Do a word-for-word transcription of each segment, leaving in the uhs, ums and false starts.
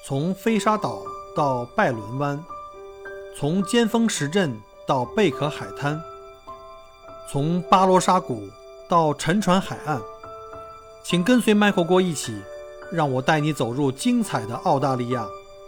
从飞沙岛到拜伦湾，从尖峰石镇到贝壳海滩，从巴罗沙谷到沉船海岸，请跟随 Michael 郭一起，让我带你走入精彩的澳大利亚。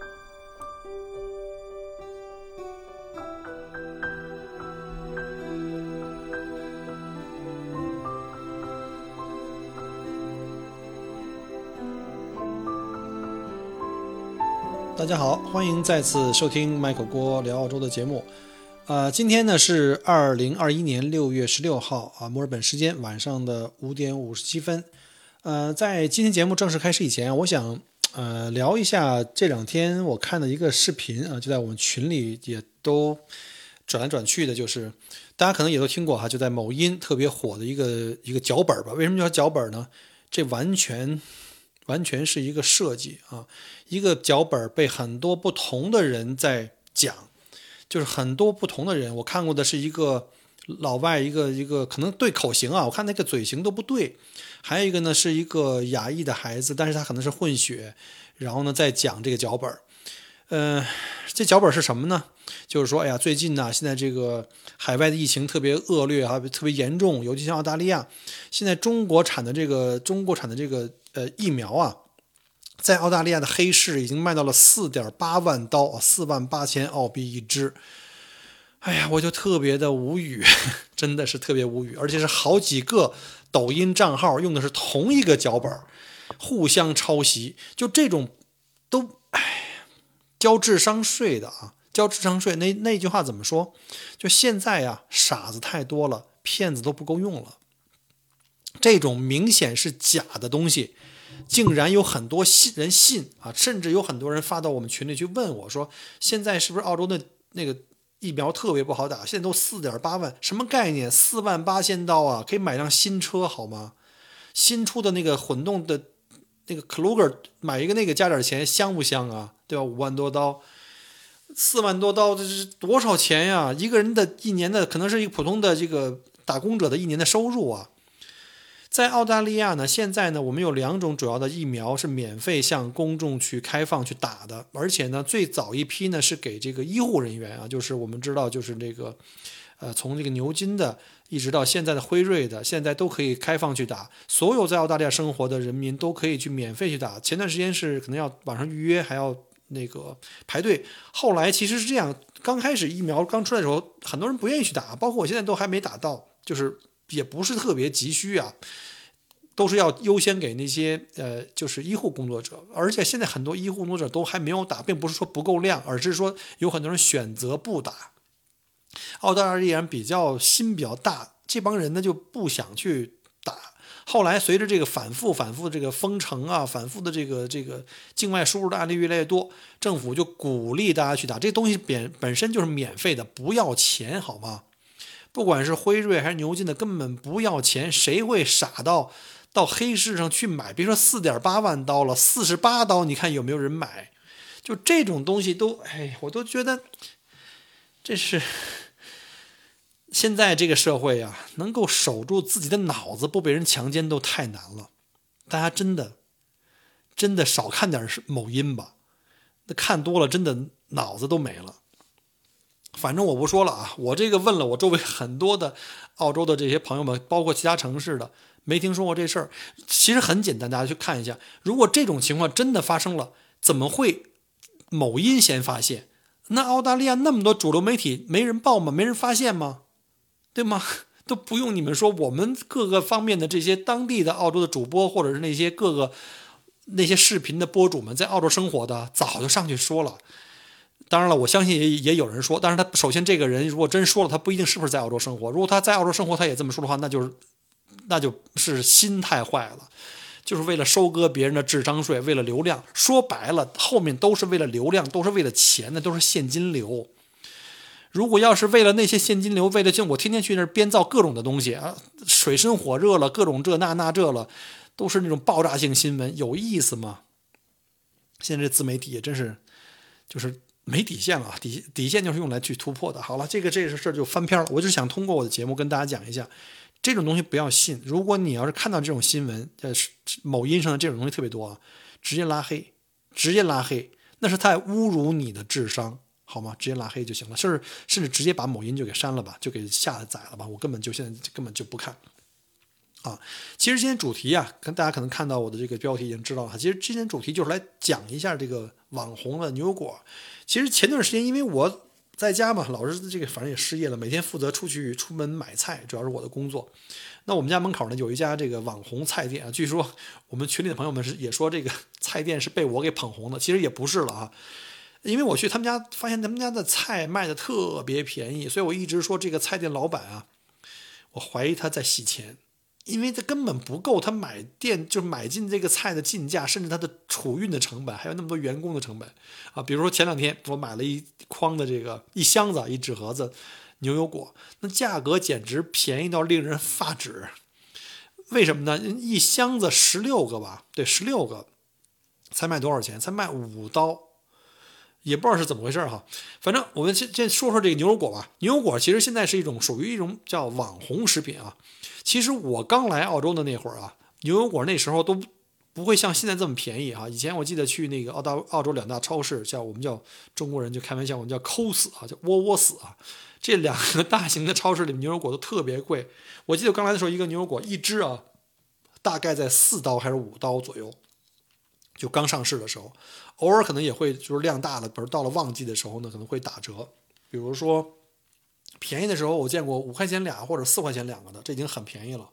大家好，欢迎再次收听 Michael 郭聊澳洲的节目。呃，今天呢是二零二一年六月十六号啊，墨尔本时间晚上的五点五十七分。呃，在今天节目正式开始以前，我想呃聊一下这两天我看的一个视频啊，就在我们群里也都转来转去的，就是大家可能也都听过哈，就在某音特别火的一个一个脚本吧。为什么叫脚本呢？这完全完全是一个设计啊，一个脚本被很多不同的人在讲，就是很多不同的人。我看过的是一个老外，一个一个可能对口型啊，我看那个嘴型都不对。还有一个呢是一个亚裔的孩子，但是他可能是混血，然后呢在讲这个脚本。呃，这脚本是什么呢？就是说，哎呀，最近呢，现在这个海外的疫情特别恶劣哈，特别严重，尤其像澳大利亚，现在中国产的这个中国产的这个呃疫苗啊，在澳大利亚的黑市已经卖到了四点八万刀啊，四万八千澳币一支。哎呀，我就特别的无语，真的是特别无语，而且是好几个抖音账号用的是同一个脚本，互相抄袭，就这种都哎。交智商税的啊，交智商税那那句话怎么说？就现在呀，傻子太多了，骗子都不够用了。这种明显是假的东西，竟然有很多人信啊，甚至有很多人发到我们群里去问我说，现在是不是澳洲的那个疫苗特别不好打？现在都四点八万，什么概念？四万八千刀啊，可以买辆新车好吗？新出的那个混动的。那个 Kluger 买一个那个加点钱香不香啊？对吧？五万多刀，四万多刀，这是多少钱呀？一个人的一年的可能是一个普通的这个打工者的一年的收入啊。在澳大利亚呢，现在呢，我们有两种主要的疫苗是免费向公众去开放去打的，而且呢，最早一批呢是给这个医护人员啊，就是我们知道就是这个。呃，从这个牛津的一直到现在的辉瑞的，现在都可以开放去打，所有在澳大利亚生活的人民都可以去免费去打。前段时间是可能要网上预约，还要那个排队。后来其实是这样，刚开始疫苗刚出来的时候，很多人不愿意去打，包括我现在都还没打到，就是也不是特别急需啊，都是要优先给那些呃，就是医护工作者。而且现在很多医护工作者都还没有打，并不是说不够量，而是说有很多人选择不打。澳大利亚人比较心比较大，这帮人呢就不想去打。后来随着这个反复反复这个封城啊，反复的这个这个境外输入的案例越来越多，政府就鼓励大家去打。这东西本本身就是免费的，不要钱好吗？不管是辉瑞还是牛津的，根本不要钱，谁会傻到到黑市上去买？别说四点八万刀了，四十八刀，你看有没有人买？就这种东西都，哎，我都觉得这是。现在这个社会啊，能够守住自己的脑子不被人强奸都太难了。大家真的真的少看点某音吧，那看多了真的脑子都没了。反正我不说了啊，我这个问了我周围很多的澳洲的这些朋友们，包括其他城市的，没听说过这事儿。其实很简单，大家去看一下，如果这种情况真的发生了，怎么会某音先发现？那澳大利亚那么多主流媒体没人报吗？没人发现吗？对吗？都不用你们说，我们各个方面的这些当地的澳洲的主播，或者是那些各个那些视频的博主们，在澳洲生活的，早就上去说了。当然了，我相信也也有人说，但是他首先这个人如果真说了，他不一定是不是在澳洲生活。如果他在澳洲生活，他也这么说的话，那就是那就是心太坏了，就是为了收割别人的智商税，为了流量。说白了，后面都是为了流量，都是为了钱的，都是现金流。如果要是为了那些现金流，为了就我天天去那儿编造各种的东西啊，水深火热了，各种这那那这了，都是那种爆炸性新闻，有意思吗？现在这自媒体也真是，就是没底线了，底底线就是用来去突破的。好了，这个这个事儿就翻篇了。我就想通过我的节目跟大家讲一下，这种东西不要信。如果你要是看到这种新闻，呃，某音上的这种东西特别多啊，直接拉黑，直接拉黑。 那是在侮辱你的智商，好吗？直接拉黑就行了，甚至甚至直接把某音就给删了吧，就给下载了吧，我根本就现在根本就不看。啊，其实今天主题啊，跟大家可能看到我的这个标题已经知道了。其实今天主题就是来讲一下这个网红的牛油果。其实前段时间因为我在家嘛，老是这个反正也失业了，每天负责出去出门买菜，主要是我的工作。那我们家门口呢有一家这个网红菜店啊，据说我们群里的朋友们是也说这个菜店是被我给捧红的，其实也不是了啊。因为我去他们家发现他们家的菜卖的特别便宜，所以我一直说这个菜店老板啊，我怀疑他在洗钱。因为这根本不够他买店就买进这个菜的进价，甚至他的储运的成本，还有那么多员工的成本啊。比如说前两天我买了一筐的这个一箱子一纸盒子牛油果，那价格简直便宜到令人发指。为什么呢？一箱子十六个吧，对，十六个才卖多少钱？才卖五刀。也不知道是怎么回事哈，反正我们先先说说这个牛油果吧。牛油果其实现在是一种属于一种叫网红食品啊。其实我刚来澳洲的那会儿啊，牛油果那时候都不会像现在这么便宜啊。以前我记得去那个澳大澳洲两大超市，叫我们叫中国人就开玩笑，我们叫抠死啊，叫窝窝死啊。这两个大型的超市里面牛油果都特别贵。我记得刚来的时候，一个牛油果一只啊，大概在四刀还是五刀左右。就刚上市的时候，偶尔可能也会就是量大了，比如到了旺季的时候呢，可能会打折。比如说便宜的时候，我见过五块钱俩或者四块钱两个的，这已经很便宜了。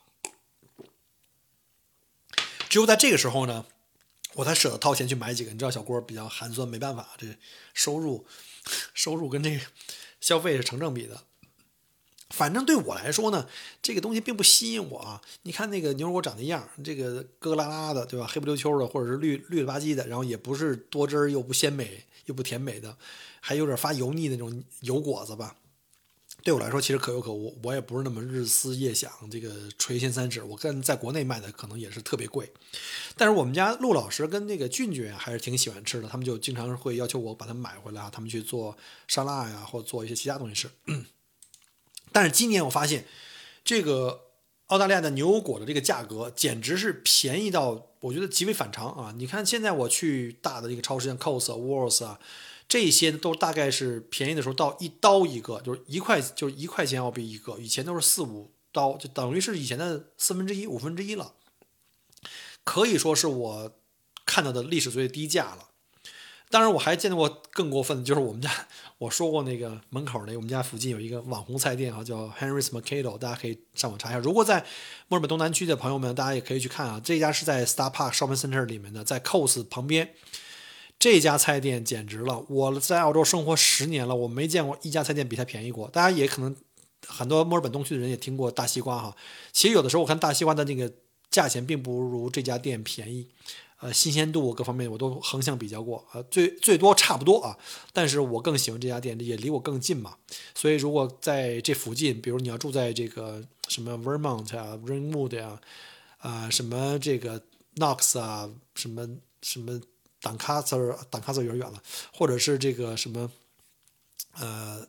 只有在这个时候呢，我才舍得掏钱去买几个。你知道小郭比较寒酸，没办法，这收入收入跟这个消费是成正比的。反正对我来说呢，这个东西并不吸引我啊。你看那个牛油果长那样，这个咯咯啦啦的，对吧？黑不溜秋的，或者是绿绿了吧唧的，然后也不是多汁儿，又不鲜美，又不甜美的，还有点发油腻的那种油果子吧。对我来说，其实可有可无，我也不是那么日思夜想，这个垂涎三尺。我跟在国内卖的可能也是特别贵，但是我们家陆老师跟那个俊俊啊，还是挺喜欢吃的，他们就经常会要求我把它买回来啊，他们去做沙拉呀，或者做一些其他东西吃。但是今年我发现，这个澳大利亚的牛油果的这个价格简直是便宜到我觉得极为反常啊！你看现在我去大的这个超市，像 Coles、Woolworths 啊，这些都大概是便宜的时候到一刀一个，就是一块就是一块钱澳币一个，以前都是四五刀，就等于是以前的四分之一、五分之一了，可以说是我看到的历史最低价了。当然我还见到过更过分的，就是我们家我说过那个门口那我们家附近有一个网红菜店啊，叫 Henry's Mercado， 大家可以上网查一下。如果在墨尔本东南区的朋友们，大家也可以去看啊。这家是在 Star Park Shopping Center 里面的，在 Coles 旁边。这家菜店简直了，我在澳洲生活十年了，我没见过一家菜店比它便宜过。大家也可能很多墨尔本东区的人也听过大西瓜哈，其实有的时候我看大西瓜的那个价钱并不如这家店便宜。呃，新鲜度各方面我都横向比较过，呃，最最多差不多啊，但是我更喜欢这家店，也离我更近嘛，所以如果在这附近，比如你要住在这个什么 Vermont 啊、Ringwood 啊、啊、呃、什么这个 Knox 啊、什么什么 Doncaster、Doncaster 有点远了，或者是这个什么呃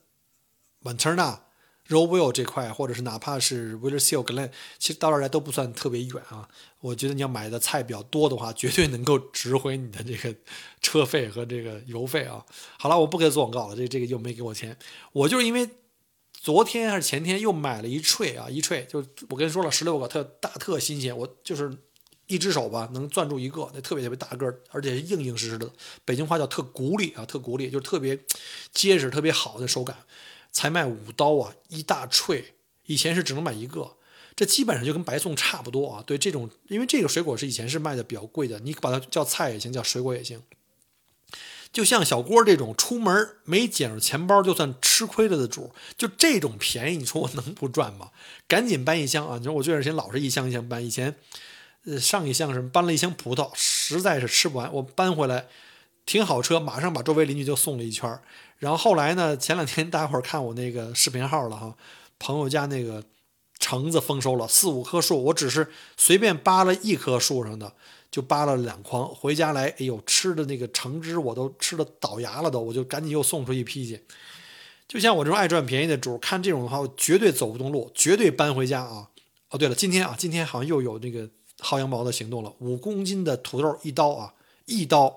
Wantirna、Rowville 这块，或者是哪怕是 Willershill、Glen， 其实到这儿来都不算特别远啊。我觉得你要买的菜比较多的话，绝对能够值回你的这个车费和这个油费啊。好了，我不给他做广告了，这这个又没给我钱。我就是因为昨天还是前天又买了一串啊，一串就我跟你说了十六个特大特新鲜，我就是一只手吧能攥住一个，那特别特别大个，而且是硬硬实实的，北京话叫特骨力啊，特骨力，就是特别结实、特别好的手感，才卖五刀啊，一大串，以前是只能买一个。这基本上就跟白送差不多啊。对这种，因为这个水果是以前是卖的比较贵的，你把它叫菜也行，叫水果也行。就像小郭这种出门没捡着钱包就算吃亏了的主，就这种便宜，你说我能不赚吗？赶紧搬一箱啊！你说我这段时间老是一箱一箱搬，以前呃上一箱是搬了一箱葡萄，实在是吃不完，我搬回来停好车，马上把周围邻居就送了一圈。然后后来呢，前两天大家伙看我那个视频号了哈，朋友家那个橙子丰收了，四五棵树，我只是随便扒了一棵树上的，就扒了两筐，回家来，哎呦，吃的那个橙汁我都吃的倒牙了都，我就赶紧又送出一批去。就像我这种爱赚便宜的主，看这种的话，我绝对走不动路，绝对搬回家啊！哦，对了，今天啊，今天好像又有那个薅羊毛的行动了，五公斤的土豆一刀啊，一刀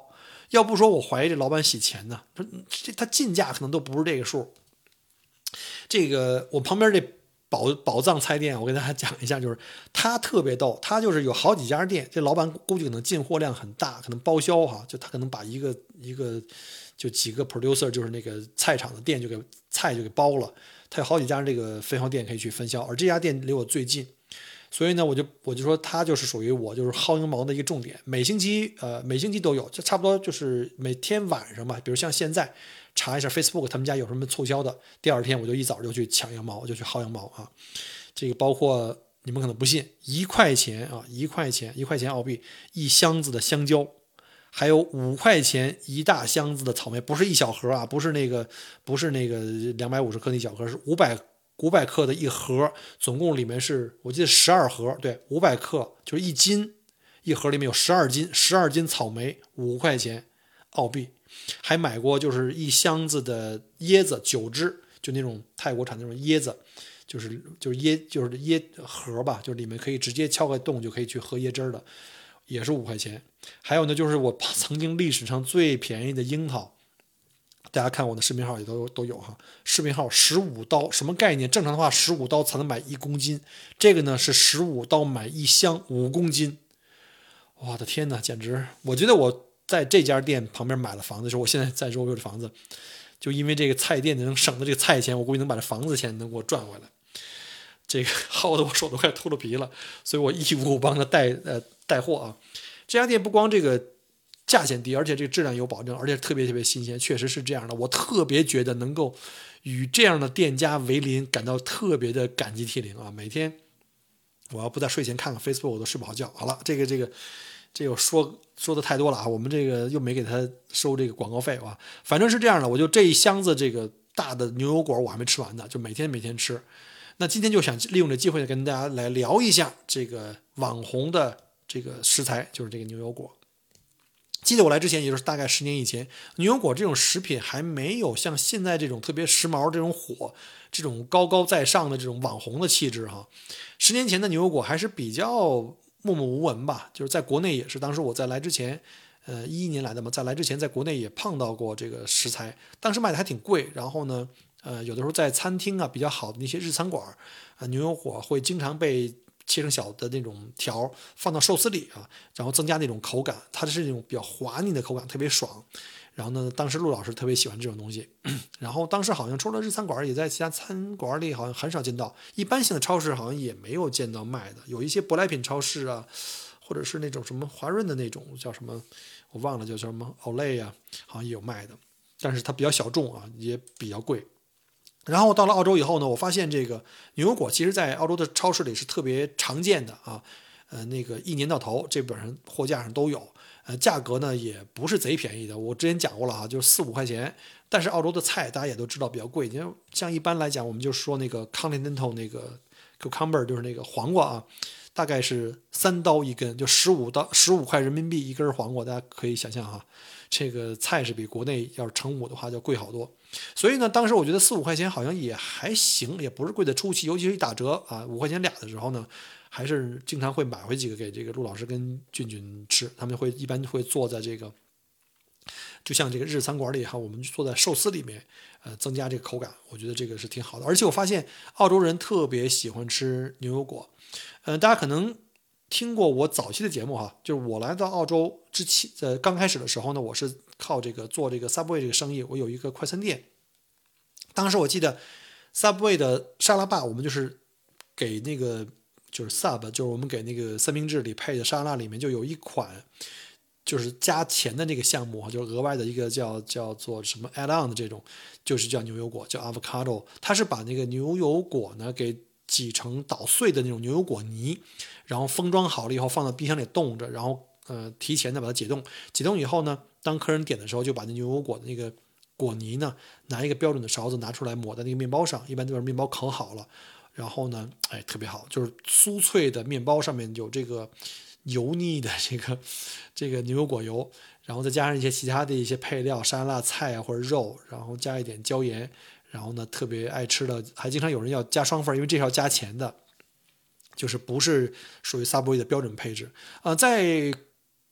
要不说我怀疑这老板洗钱呢，这他进价可能都不是这个数。这个我旁边这宝宝藏菜店，我给大家讲一下，就是他特别逗，他就是有好几家店，这老板估计可能进货量很大，可能包销哈，就他可能把一个一个就几个 producer 就是那个菜场的店就给菜就给包了，他有好几家这个分销店可以去分销，而这家店离我最近。所以呢，我就我就说它就是属于我就是薅羊毛的一个重点，每星期呃每星期都有，就差不多就是每天晚上吧，比如像现在查一下 Facebook 他们家有什么促销的，第二天我就一早就去抢羊毛，我就去薅羊毛啊。这个包括你们可能不信，一块钱啊，一块钱一块钱澳币一箱子的香蕉，还有五块钱一大箱子的草莓，不是一小盒啊，不是那个不是那个两百五十克那小盒，是五百。五百克的一盒，总共里面是我记得十二盒，对，五百克就是一斤，一盒里面有十二斤，十二斤草莓，五块钱澳币。还买过就是一箱子的椰子九只，就那种泰国产那种椰子，就是就是椰就是椰盒吧，就里面可以直接敲个洞就可以去喝椰汁的，也是五块钱。还有呢，就是我曾经历史上最便宜的樱桃。大家看我的视频号也都都有哈，视频号十五刀，什么概念？正常的话十五刀才能买一公斤，这个呢是十五刀买一箱五公斤。我的天哪，简直！我觉得我在这家店旁边买了房子的时候，我现在在周围的房子，就因为这个菜店能省的这个菜钱，我估计能把这房子钱能给我赚回来。这个薅的我手都快秃了皮了，所以我义务帮他带呃带货啊。这家店不光这个价钱低，而且这个质量有保证，而且特别特别新鲜，确实是这样的。我特别觉得能够与这样的店家为邻，感到特别的感激涕零啊！每天我要不在睡前看看 Facebook， 我都睡不好觉。好了，这个这个这个说说的太多了啊，我们这个又没给他收这个广告费啊，反正是这样的。我就这一箱子这个大的牛油果我还没吃完呢，就每天每天吃。那今天就想利用这机会跟大家来聊一下这个网红的这个食材，就是这个牛油果。记得我来之前，也就是大概十年以前，牛油果这种食品还没有像现在这种特别时髦、这种火、这种高高在上的这种网红的气质哈。十年前的牛油果还是比较默默无闻吧，就是在国内也是。当时我在来之前，呃，一一年来的嘛，在来之前，在国内也碰到过这个食材，当时卖的还挺贵。然后呢，呃，有的时候在餐厅啊比较好的那些日餐馆，啊，牛油果会经常被切成小的那种条放到寿司里啊，然后增加那种口感，它是那种比较滑腻的口感，特别爽。然后呢，当时陆老师特别喜欢这种东西。然后当时好像除了日餐馆，也在其他餐馆里好像很少见到，一般性的超市好像也没有见到卖的。有一些舶来品超市啊，或者是那种什么华润的那种叫什么，我忘了叫什么 Olay 啊，好像也有卖的，但是它比较小众啊，也比较贵。然后到了澳洲以后呢，我发现这个牛油果其实在澳洲的超市里是特别常见的啊，呃，那个一年到头这本上货架上都有，呃，价格呢也不是贼便宜的。我之前讲过了啊，就是四五块钱。但是澳洲的菜大家也都知道比较贵，因为像一般来讲，我们就说那个 continental 那个 cucumber 就是那个黄瓜啊，大概是三刀一根，就十五刀十五块人民币一根黄瓜，大家可以想象哈，这个菜是比国内要是乘五的话就贵好多。所以呢，当时我觉得四五块钱好像也还行，也不是贵的出奇，尤其是一打折啊，五块钱俩的时候呢，还是经常会买回几个给这个陆老师跟俊俊吃，他们会一般会做在这个，就像这个日餐馆里哈，我们做在寿司里面，呃，增加这个口感，我觉得这个是挺好的。而且我发现澳洲人特别喜欢吃牛油果，呃，大家可能听过我早期的节目哈，就是我来到澳洲之前，呃，刚开始的时候呢，我是靠这个做这个 Subway 这个生意，我有一个快餐店。当时我记得 Subway 的沙拉霸，我们就是给那个就是 Sub， 就是我们给那个三明治里配的沙拉里面就有一款就是加钱的那个项目，就是额外的一个叫叫做什么 add on 的这种，就是叫牛油果，叫 avocado， 它是把那个牛油果呢给挤成捣碎的那种牛油果泥，然后封装好了以后放到冰箱里冻着，然后呃提前的把它解冻，解冻以后呢，当客人点的时候就把那牛油果的那个果泥呢拿一个标准的勺子拿出来抹在那个面包上，一般都是面包烤好了，然后呢，哎特别好，就是酥脆的面包上面有这个油腻的这个这个牛油果油，然后再加上一些其他的一些配料，沙拉菜啊或者肉，然后加一点椒盐。然后呢，特别爱吃的，还经常有人要加双份，因为这是要加钱的，就是不是属于 Subway 的标准配置。呃，在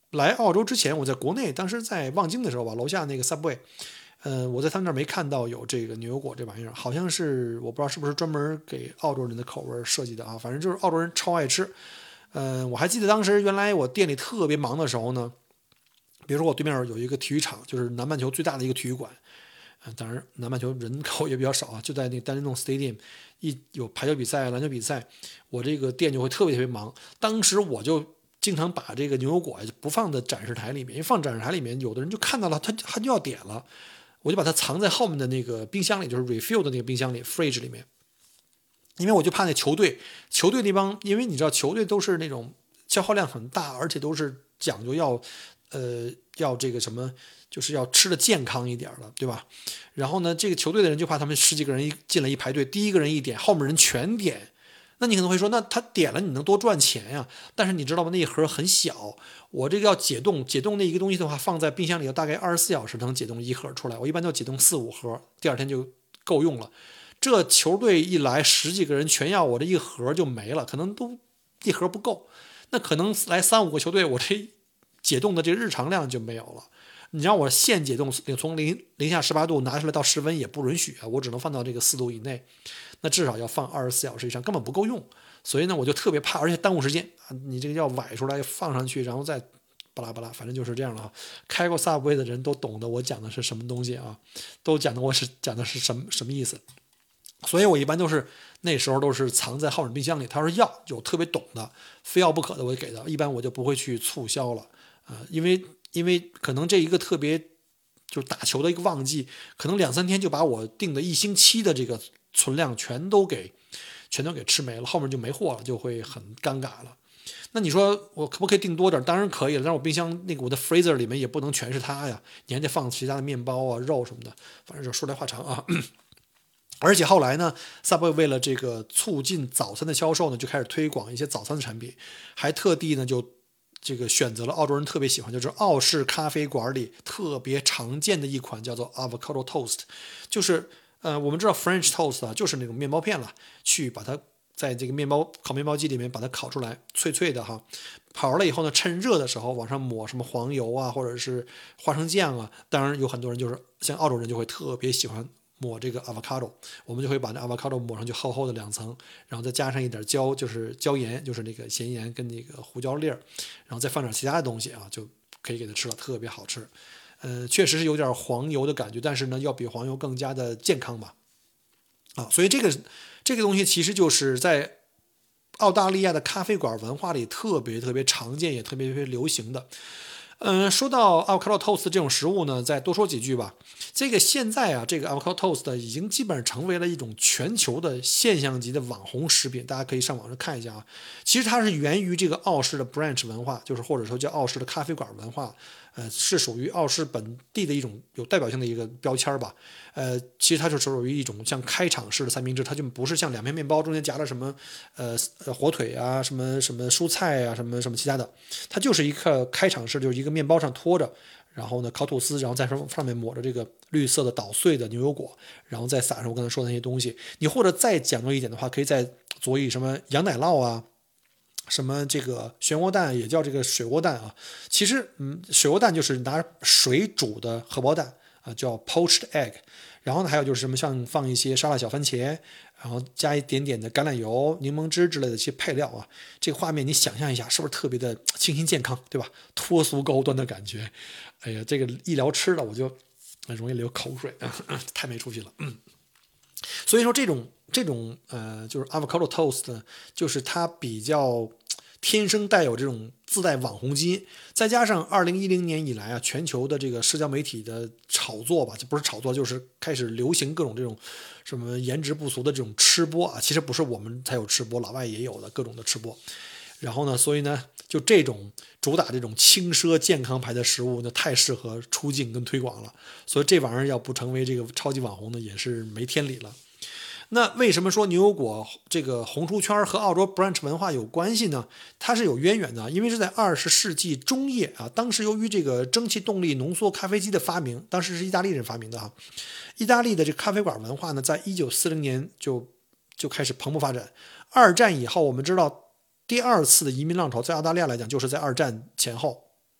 来澳洲之前，我在国内当时在望京的时候吧，楼下那个 Subway， 呃，我在他们那儿没看到有这个牛油果这玩意儿，好像是我不知道是不是专门给澳洲人的口味设计的啊，反正就是澳洲人超爱吃。嗯、呃，我还记得当时原来我店里特别忙的时候呢，比如说我对面有一个体育场，就是南半球最大的一个体育馆。呃、当然南半球人口也比较少啊，就在那个丹尼弄 Stadium， 一有排球比赛、篮球比赛，我这个店就会特别特别忙。当时我就经常把这个牛油果不放在展示台里面，因为放展示台里面，有的人就看到了，他他就要点了，我就把它藏在后面的那个冰箱里，就是 refill 的那个冰箱里 fridge 里面，因为我就怕那球队球队那帮，因为你知道球队都是那种消耗量很大，而且都是讲究要呃要这个什么，就是要吃的健康一点的，对吧？然后呢，这个球队的人就怕他们十几个人一进来一排队，第一个人一点，后面人全点。那你可能会说，那他点了你能多赚钱呀？但是你知道吗？那一盒很小，我这个要解冻，解冻那一个东西的话，放在冰箱里要大概二十四小时能解冻一盒出来。我一般就解冻四五盒，第二天就够用了。这球队一来，十几个人全要，我这一盒就没了，可能都一盒不够。那可能来三五个球队，我这解冻的这日常量就没有了。你让我现解冻，从零零下十八度拿出来到室温也不允许啊，我只能放到这个四度以内。那至少要放二十四小时以上，根本不够用。所以呢，我就特别怕，而且耽误时间啊！你这个要崴出来放上去，然后再巴拉巴拉，反正就是这样了啊。开过 Subway 的人都懂得我讲的是什么东西啊，都讲的我是讲的是什么什么意思。所以我一般都是那时候都是藏在后面冰箱里。他说要有特别懂的，非要不可的我就给他，一般我就不会去促销了啊、呃，因为因为可能这一个特别就是打球的一个旺季，可能两三天就把我订的一星期的这个存量全都给全都给吃没了，后面就没货了，就会很尴尬了。那你说我可不可以订多点？当然可以了，但是我冰箱那个我的 freezer 里面也不能全是它呀，你还得放其他的面包啊、肉什么的，反正就说来话长啊。而且后来呢 ，Subway 为了这个促进早餐的销售呢，就开始推广一些早餐的产品，还特地呢就这个选择了澳洲人特别喜欢，就是澳式咖啡馆里特别常见的一款叫做 avocado toast， 就是呃我们知道 French toast 啊，就是那种面包片了，去把它在这个面包烤面包机里面把它烤出来，脆脆的哈，烤完了以后呢，趁热的时候往上抹什么黄油啊，或者是花生酱啊，当然有很多人就是像澳洲人就会特别喜欢抹这个 avocado， 我们就会把那 avocado 抹上去厚厚的两层，然后再加上一点椒，就是椒盐，就是那个咸盐跟那个胡椒粒儿，然后再放点其他的东西啊，就可以给它吃了，特别好吃。呃，确实是有点黄油的感觉，但是呢，要比黄油更加的健康吧。啊，所以这个这个东西其实就是在澳大利亚的咖啡馆文化里特别特别常见，也特别特别流行的。嗯，说到 avocado toast 这种食物呢，再多说几句吧。这个现在啊，这个 avocado toast 已经基本上成为了一种全球的现象级的网红食品，大家可以上网上看一下啊。其实它是源于这个澳式的 brunch 文化，就是或者说叫澳式的咖啡馆文化，呃，是属于澳式本地的一种有代表性的一个标签吧。呃，其实它是属于一种像开场式的三明治，它就不是像两片面包中间夹了什么呃火腿啊、什么什么蔬菜啊、什么什么其他的，它就是一个开场式，就是一个面包上托着，然后呢烤吐司，然后在上面抹着这个绿色的捣碎的牛油果，然后再撒上我刚才说的那些东西。你或者再讲究一点的话，可以再佐以什么羊奶酪啊。什么这个漩涡蛋也叫这个水窝蛋啊，其实嗯，水窝蛋就是拿水煮的荷包蛋啊，叫 poached egg。然后呢，还有就是什么像放一些沙拉小番茄，然后加一点点的橄榄油、柠檬汁之类的一些配料啊，这个画面你想象一下，是不是特别的清新健康，对吧？脱俗高端的感觉。哎呀，这个一聊吃的我就很容易流口水，太没出息了。嗯，所以说这种这种呃，就是 avocado toast 呢，就是它比较天生带有这种自带网红基因，再加上二零一零年以来啊，全球的这个社交媒体的炒作吧，就不是炒作，就是开始流行各种这种什么颜值不俗的这种吃播啊，其实不是我们才有吃播，老外也有的各种的吃播。然后呢，所以呢，就这种主打这种轻奢健康牌的食物呢，太适合出镜跟推广了。所以这玩意儿要不成为这个超级网红呢，也是没天理了。那为什么说牛油果这个红出圈和澳洲 brunch 文化有关系呢？它是有渊源的，因为是在二十世纪中叶啊，当时由于这个蒸汽动力浓缩咖啡机的发明，当时是意大利人发明的哈。意大利的这个咖啡馆文化呢，在一九四零年就就开始蓬勃发展。二战以后，我们知道第二次的移民浪潮在澳大利亚来讲，就是在二战前后。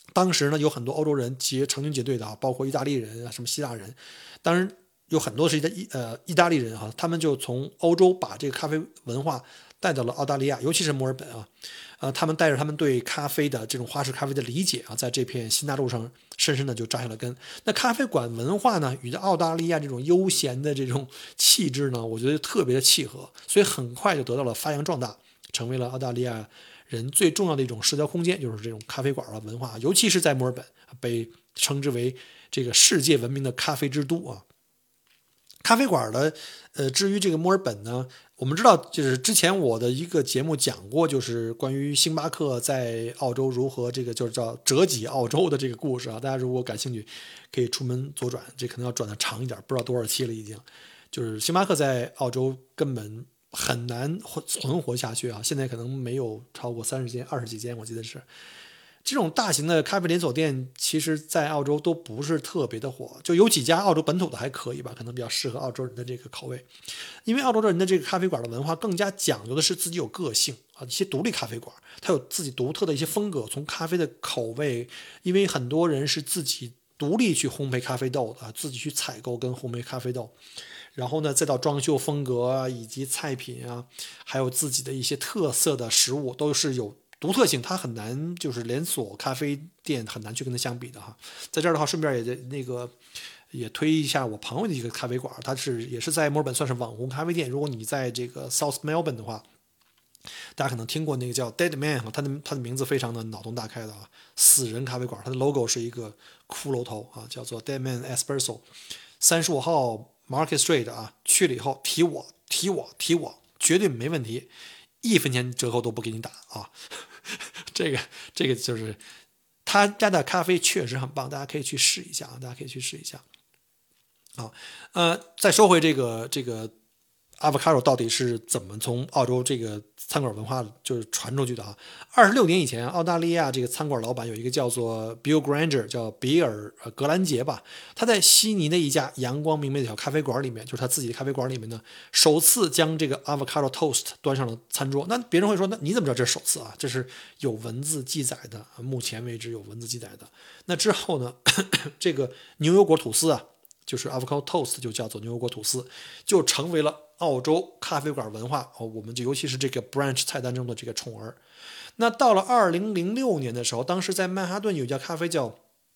当时呢有很多欧洲人结成群结队的啊，包括意大利人啊，什么希腊人，当然有很多是意呃意大利人哈，他们就从欧洲把这个咖啡文化带到了澳大利亚，尤其是墨尔本啊，呃，他们带着他们对咖啡的这种花式咖啡的理解啊，在这片新大陆上深深的就扎下了根。那咖啡馆文化呢，与澳大利亚这种悠闲的这种气质呢，我觉得特别的契合，所以很快就得到了发扬壮大，成为了澳大利亚人最重要的一种社交空间，就是这种咖啡馆的文化，尤其是在墨尔本，被称之为这个世界闻名的咖啡之都啊。咖啡馆的，呃，至于这个墨尔本呢，我们知道，就是之前我的一个节目讲过，就是关于星巴克在澳洲如何这个就是叫折戟澳洲的这个故事啊。大家如果感兴趣，可以出门左转，这可能要转的长一点，不知道多少期了已经。就是星巴克在澳洲根本很难存活下去啊，现在可能没有超过三十间、二十几间，我记得是。这种大型的咖啡连锁店，其实在澳洲都不是特别的火，就有几家澳洲本土的还可以吧，可能比较适合澳洲人的这个口味。因为澳洲人的这个咖啡馆的文化更加讲究的是自己有个性啊，一些独立咖啡馆，它有自己独特的一些风格，从咖啡的口味，因为很多人是自己独立去烘焙咖啡豆的，自己去采购跟烘焙咖啡豆。然后呢，再到装修风格啊，以及菜品啊，还有自己的一些特色的食物，都是有独特性，它很难就是连锁咖啡店很难去跟它相比的哈。在这儿的话，顺便也那个也推一下我朋友的一个咖啡馆，它是也是在墨尔本算是网红咖啡店。如果你在这个 South Melbourne 的话，大家可能听过那个叫 Dead Man 哈，它的它的名字非常的脑洞大开的啊，死人咖啡馆，它的 logo 是一个骷髅头啊，叫做 Dead Man Espresso， 三十五号 Market Street 啊，去了以后提我提我提我，绝对没问题，一分钱折扣都不给你打啊。这个这个就是他家的咖啡确实很棒，大家可以去试一下啊，大家可以去试一下。啊，呃，再说回这个这个 avocado 到底是怎么从澳洲这个餐馆文化就是传出去的啊？二十六年以前，澳大利亚这个餐馆老板有一个叫做 Bill Granger， 叫比尔呃格兰杰吧，他在悉尼的一家阳光明媚的小咖啡馆里面，就是他自己的咖啡馆里面呢，首次将这个 avocado toast 端上了餐桌。那别人会说，那你怎么知道这是首次啊？这是有文字记载的，目前为止有文字记载的。那之后呢，这个牛油果吐司啊。就是 avocado toast 就叫做牛油果吐司，就成为了澳洲咖啡馆文化哦，我们就尤其是这个 brunch 菜单中的这个宠儿。那到了二零零六年的时候，当时在曼哈顿有一家咖啡叫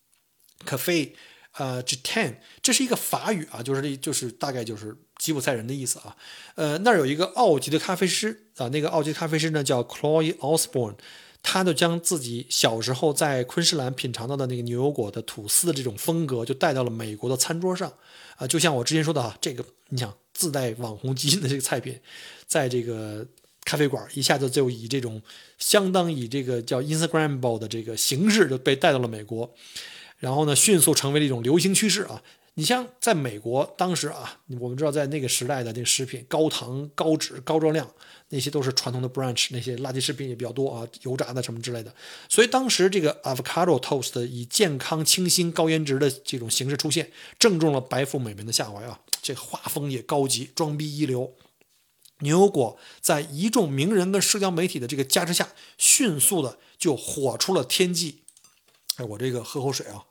Cafe 呃 Gitan， 这是一个法语啊，就是就是大概就是吉普赛人的意思啊。呃，那儿有一个澳籍的咖啡师啊，那个澳籍咖啡师呢叫 Chloe Osborne。他就将自己小时候在昆士兰品尝到的那个牛油果的吐司的这种风格，就带到了美国的餐桌上，啊，就像我之前说的啊，这个你想自带网红基因的这个菜品，在这个咖啡馆一下子就以这种相当以这个叫 Instagrammable 的这个形式就被带到了美国，然后呢，迅速成为了一种流行趋势啊。你像在美国当时啊，我们知道在那个时代的这个食品高糖、高脂、高热量，那些都是传统的 brunch， 那些垃圾食品也比较多啊，油炸的什么之类的。所以当时这个 avocado toast 以健康、清新、高颜值的这种形式出现，正中了白富美们的下怀啊。这个画风也高级，装逼一流。牛油果在一众名人跟社交媒体的这个加持下，迅速的就火出了天际。哎，我这个喝口水啊。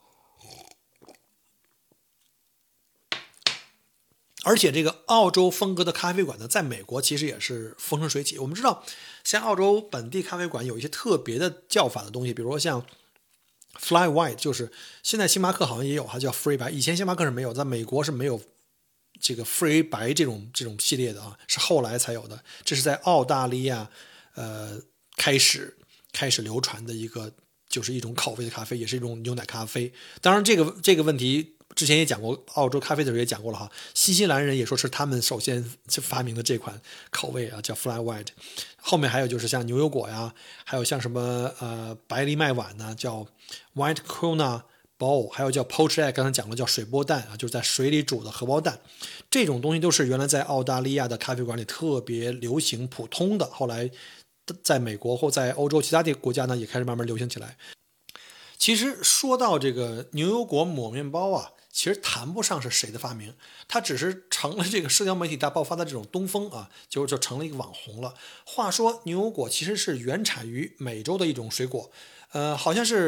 而且这个澳洲风格的咖啡馆呢，在美国其实也是风生水起。我们知道，像澳洲本地咖啡馆有一些特别的叫法的东西，比如说像 Fly White， 就是现在星巴克好像也有，它叫 Free 白。以前星巴克是没有，在美国是没有这个 Free 白这种这种系列的啊，是后来才有的。这是在澳大利亚呃开始开始流传的一个，就是一种口味的咖啡，也是一种牛奶咖啡。当然，这个这个问题。之前也讲过，澳洲咖啡的时候也讲过了哈。新西兰人也说是他们首先发明的这款口味啊，叫 Fly White。后面还有就是像牛油果呀，还有像什么呃白藜麦碗呢，叫 White Quinoa Bowl， 还有叫 Poached Egg， 刚才讲了叫水波蛋啊，就是在水里煮的荷包蛋。这种东西都是原来在澳大利亚的咖啡馆里特别流行普通的，后来在美国或在欧洲其他的国家呢，也开始慢慢流行起来。其实说到这个牛油果抹面包啊，其实谈不上是谁的发明，它只是成了这个社交媒体大爆发的这种东风啊，就就成了一个网红了。话说牛油果其实是原产于美洲的一种水果，呃，好像是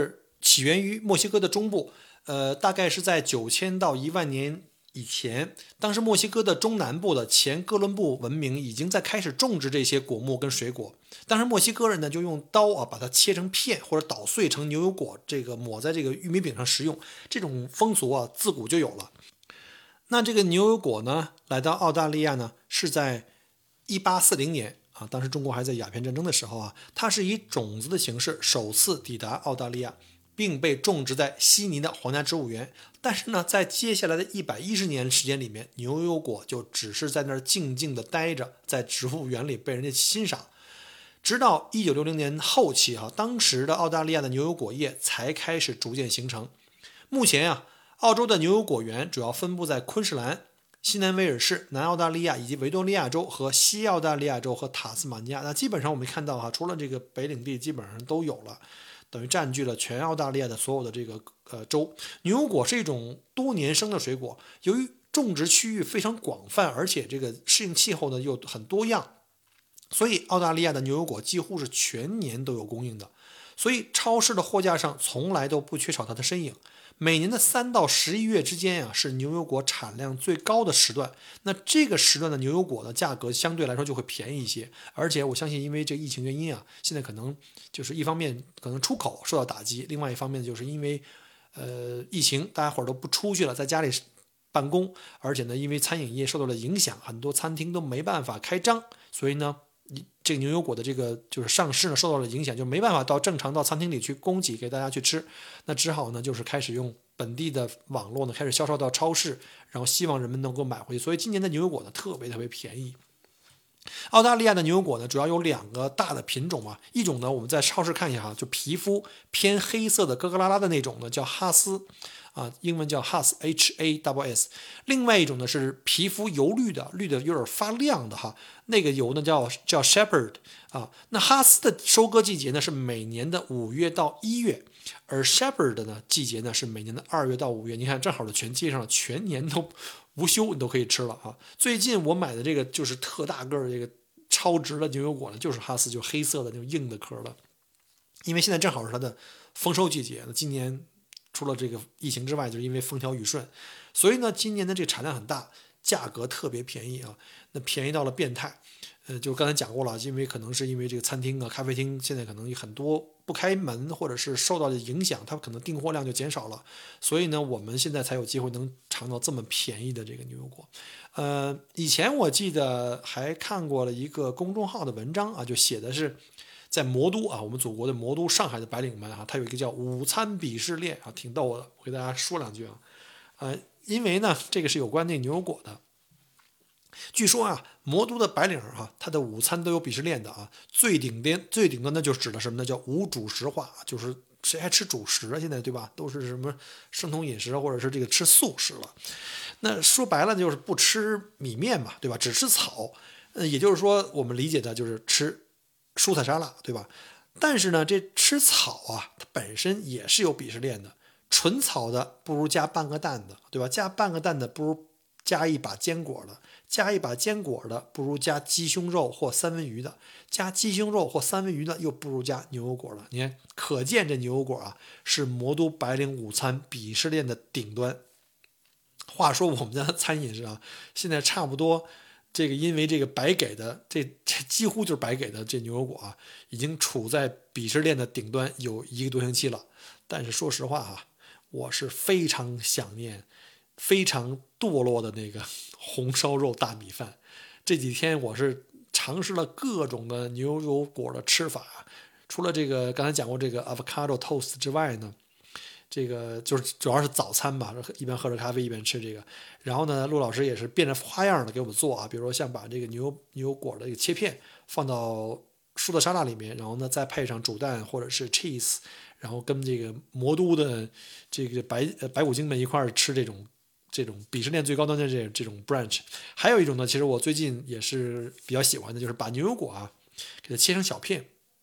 起源于墨西哥的中部，呃，大概是在九千到一万年以前，当时墨西哥的中南部的前哥伦布文明已经在开始种植这些果木跟水果。当时墨西哥人呢就用刀啊把它切成片或者捣碎成牛油果，这个抹在这个玉米饼上食用。这种风俗啊自古就有了。那这个牛油果呢来到澳大利亚呢是在一八四零年啊，当时中国还在鸦片战争的时候啊，它是以种子的形式首次抵达澳大利亚，并被种植在悉尼的皇家植物园。但是呢，在接下来的一百一十年时间里面，牛油果就只是在那儿静静地待着，在植物园里被人家欣赏。直到一九六零年后期啊，当时的澳大利亚的牛油果业才开始逐渐形成。目前啊，澳洲的牛油果园主要分布在昆士兰、西南威尔士、南澳大利亚以及维多利亚州和西澳大利亚州和塔斯马尼亚。那基本上我们看到哈，除了这个北领地基本上都有了，等于占据了全澳大利亚的所有的这个呃州。牛油果是一种多年生的水果，由于种植区域非常广泛，而且这个适应气候呢又很多样，所以澳大利亚的牛油果几乎是全年都有供应的。所以超市的货架上从来都不缺少它的身影。每年的三到十一月之间啊，是牛油果产量最高的时段。那这个时段的牛油果的价格相对来说就会便宜一些，而且我相信，因为这疫情原因啊，现在可能就是一方面可能出口受到打击，另外一方面就是因为呃疫情，大家伙儿都不出去了，在家里办公，而且呢，因为餐饮业受到了影响，很多餐厅都没办法开张，所以呢。这个牛油果的这个就是上市呢受到了影响，就没办法到正常到餐厅里去供给给大家去吃，那只好呢就是开始用本地的网络呢开始销售到超市，然后希望人们能够买回去。所以今年的牛油果呢特别特别便宜。澳大利亚的牛油果呢主要有两个大的品种啊，一种呢我们在超市看一下哈，就皮肤偏黑色的咯咯啦啦的那种呢叫哈斯。啊，英文叫 Hass H A S S， 另外一种呢是皮肤油绿的，绿的有点发亮的哈，那个油呢叫叫 Shepherd 啊。那哈斯的收割季节呢是每年的五月到一月，而 Shepherd 的呢季节呢是每年的二月到五月。你看，正好的全接上了，全年都无休，你都可以吃了啊。最近我买的这个就是特大个儿这个超值的牛油果呢，就是哈斯，就黑色的那种硬的壳的，因为现在正好是它的丰收季节。那今年。除了这个疫情之外，就是因为风调雨顺，所以呢，今年的这个产量很大，价格特别便宜啊，那便宜到了变态。呃，就刚才讲过了，因为可能是因为这个餐厅啊、咖啡厅现在可能有很多不开门，或者是受到的影响，它可能订货量就减少了，所以呢，我们现在才有机会能尝到这么便宜的这个牛油果。呃，以前我记得还看过了一个公众号的文章啊，就写的是。在魔都啊，我们祖国的魔都上海的白领们啊，它有一个叫午餐鄙视链啊，挺逗的。我给大家说两句啊，呃，因为呢，这个是有关那牛油果的。据说啊，魔都的白领啊，他的午餐都有鄙视链的啊，最顶端最顶端的就指的什么呢？叫无主食化，就是谁还吃主食啊？现在对吧？都是什么生酮饮食或者是这个吃素食了。那说白了就是不吃米面嘛，对吧？只吃草。呃，也就是说，我们理解的就是吃。蔬菜沙拉，对吧？但是呢，这吃草啊，它本身也是有鄙视链的。纯草的不如加半个蛋的，对吧？加半个蛋的不如加一把坚果的，加一把坚果的不如加鸡胸肉或三文鱼的，加鸡胸肉或三文鱼的又不如加牛油果的。你看，可见这牛油果啊是魔都白领午餐鄙视链的顶端。话说我们家的餐饮是啊，现在差不多。这个因为这个白给的这这几乎就是白给的这牛油果啊，已经处在鄙视链的顶端有一个多星期了。但是说实话啊，我是非常想念、非常堕落的那个红烧肉大米饭。这几天我是尝试了各种的牛油果的吃法，除了这个刚才讲过这个 avocado toast 之外呢。这个就是主要是早餐吧，一边喝着咖啡一边吃这个。然后呢，陆老师也是变着花样的给我们做啊，比如说像把这个牛牛油果的这个切片放到蔬菜沙拉里面，然后呢再配上煮蛋或者是 cheese， 然后跟这个魔都的这个白呃白骨精们一块儿吃这种这种鄙视链最高端的这这种 brunch。还有一种呢，其实我最近也是比较喜欢的，就是把牛油果啊给它切成小片。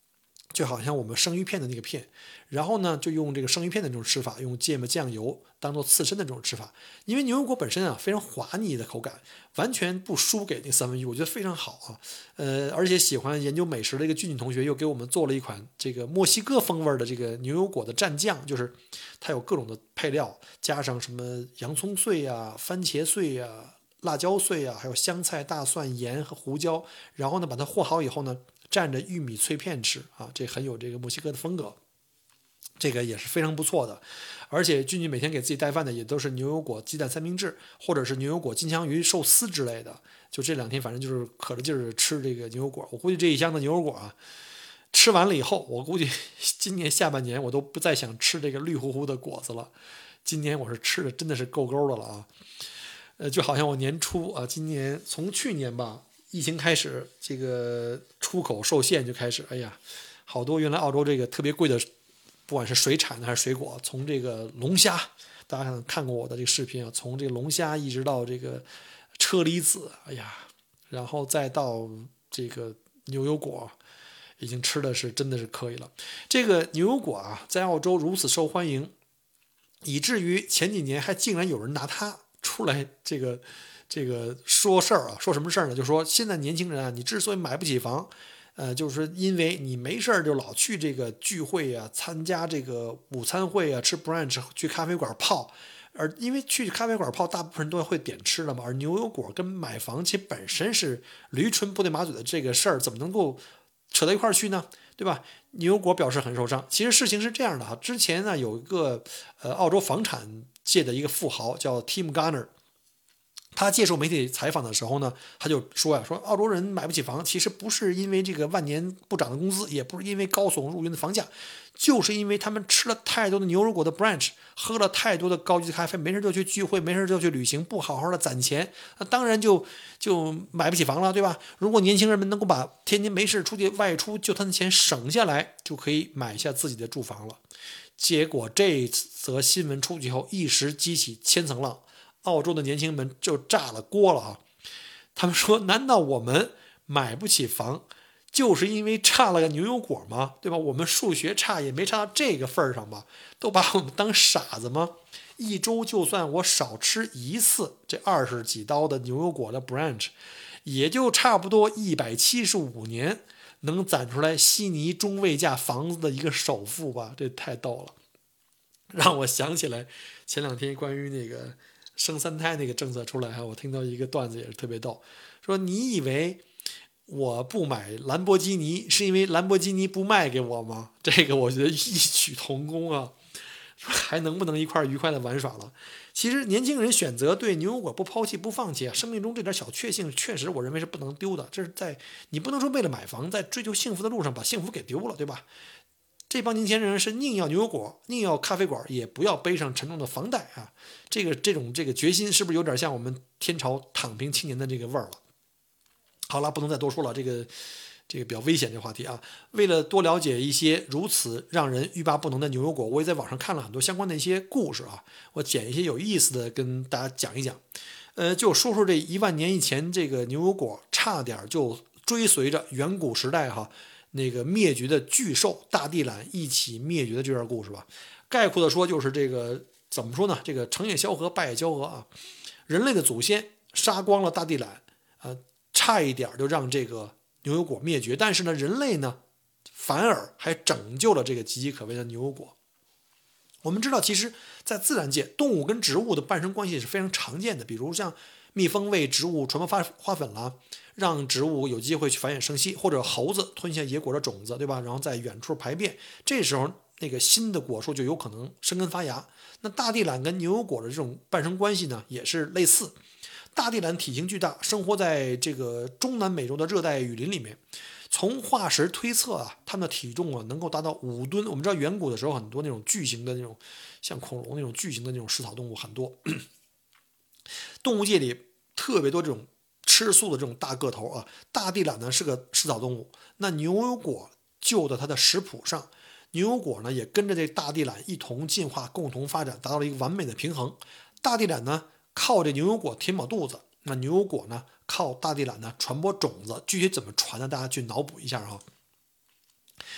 就好像我们生鱼片的那个片，然后呢就用这个生鱼片的这种吃法，用芥末酱油当做刺身的这种吃法。因为牛油果本身啊非常滑腻的口感，完全不输给那三文鱼，我觉得非常好啊。呃，而且喜欢研究美食的一个俊俊同学又给我们做了一款这个墨西哥风味的这个牛油果的蘸酱，就是它有各种的配料，加上什么洋葱碎啊、番茄碎啊、辣椒碎啊，还有香菜、大蒜、盐和胡椒，然后呢把它和好以后呢，蘸着玉米脆片吃啊，这很有这个墨西哥的风格，这个也是非常不错的。而且俊俊每天给自己带饭的也都是牛油果鸡蛋三明治，或者是牛油果金枪鱼寿司之类的。就这两天反正就是可着劲儿吃这个牛油果，我估计这一箱的牛油果啊，吃完了以后，我估计今年下半年我都不再想吃这个绿乎乎的果子了。今年我是吃的真的是够够的了啊。呃，就好像我年初啊，今年从去年吧，疫情开始，这个出口受限就开始，哎呀，好多原来澳洲这个特别贵的，不管是水产的还是水果，从这个龙虾，大家可能看过我的这个视频啊，从这个龙虾一直到这个车厘子，哎呀，然后再到这个牛油果，已经吃的是真的是可以了。这个牛油果啊，在澳洲如此受欢迎，以至于前几年还竟然有人拿它出来这个这个说事儿啊，说什么事儿呢？就说现在年轻人啊，你之所以买不起房，呃，就是因为你没事儿就老去这个聚会啊，参加这个午餐会啊，吃 brunch， 去咖啡馆泡。而因为去咖啡馆泡，大部分人都会点吃的嘛，而牛油果跟买房其实本身是驴唇不对马嘴的这个事儿，怎么能够扯到一块儿去呢？对吧？牛油果表示很受伤。其实事情是这样的哈，之前呢有一个呃澳洲房产界的一个富豪叫 Tim Garner， 他接受媒体采访的时候呢，他就说呀，说澳洲人买不起房，其实不是因为这个万年不涨的工资，也不是因为高耸入云的房价，就是因为他们吃了太多的牛油果的 brunch， 喝了太多的高级咖啡，没事就去聚会，没事就去旅行，不好好的攒钱，那当然就就买不起房了，对吧？如果年轻人们能够把天天没事出去外出就他的钱省下来，就可以买下自己的住房了。结果这则新闻出去后，一时激起千层浪。澳洲的年轻人们就炸了锅了啊！他们说：“难道我们买不起房，就是因为差了个牛油果吗？对吧？我们数学差也没差到这个份儿上吧？都把我们当傻子吗？一周就算我少吃一次这二十几刀的牛油果的 brunch， 也就差不多一百七十五年能攒出来悉尼中位价房子的一个首付吧？这太逗了，让我想起来前两天关于那个。”生三胎那个政策出来哈，我听到一个段子也是特别逗，说你以为我不买兰博基尼是因为兰博基尼不卖给我吗？这个我觉得异曲同工啊，还能不能一块愉快的玩耍了？其实年轻人选择对牛油果不抛弃不放弃啊，生命中这点小确幸确实我认为是不能丢的，这是在你不能说为了买房在追求幸福的路上把幸福给丢了，对吧？这帮年轻人是宁要牛油果，宁要咖啡馆，也不要背上沉重的房贷啊！这个这种这个决心，是不是有点像我们天朝躺平青年的这个味儿了？好了，不能再多说了，这个这个比较危险这个话题啊。为了多了解一些如此让人欲罢不能的牛油果，我也在网上看了很多相关的一些故事啊，我捡一些有意思的跟大家讲一讲。呃，就说说这一万年以前，这个牛油果差点就追随着远古时代哈。那个灭绝的巨兽大地懒一起灭绝的这段故事吧，概括的说就是这个怎么说呢？这个成也萧何，败也萧何啊！人类的祖先杀光了大地懒，呃，差一点就让这个牛油果灭绝，但是呢，人类呢反而还拯救了这个岌岌可危的牛油果。我们知道，其实，在自然界，动物跟植物的伴生关系是非常常见的，比如像蜜蜂为植物传播花花粉啦，让植物有机会去繁衍生息，或者猴子吞下野果的种子，对吧？然后在远处排便，这时候那个新的果树就有可能生根发芽。那大地懒跟牛油果的这种伴生关系呢，也是类似。大地懒体型巨大，生活在这个中南美洲的热带雨林里面。从化石推测啊，它们的体重啊能够达到五吨。我们知道远古的时候很多那种巨型的那种像恐龙那种巨型的那种食草动物很多，动物界里特别多这种吃素的这种大个头啊。大地懒呢是个食草动物，那牛油果就在它的食谱上，牛油果呢也跟着这大地懒一同进化，共同发展，达到了一个完美的平衡。大地懒呢靠这牛油果填饱肚子，那牛油果呢靠大地懒呢传播种子，具体怎么传呢？大家去脑补一下哈。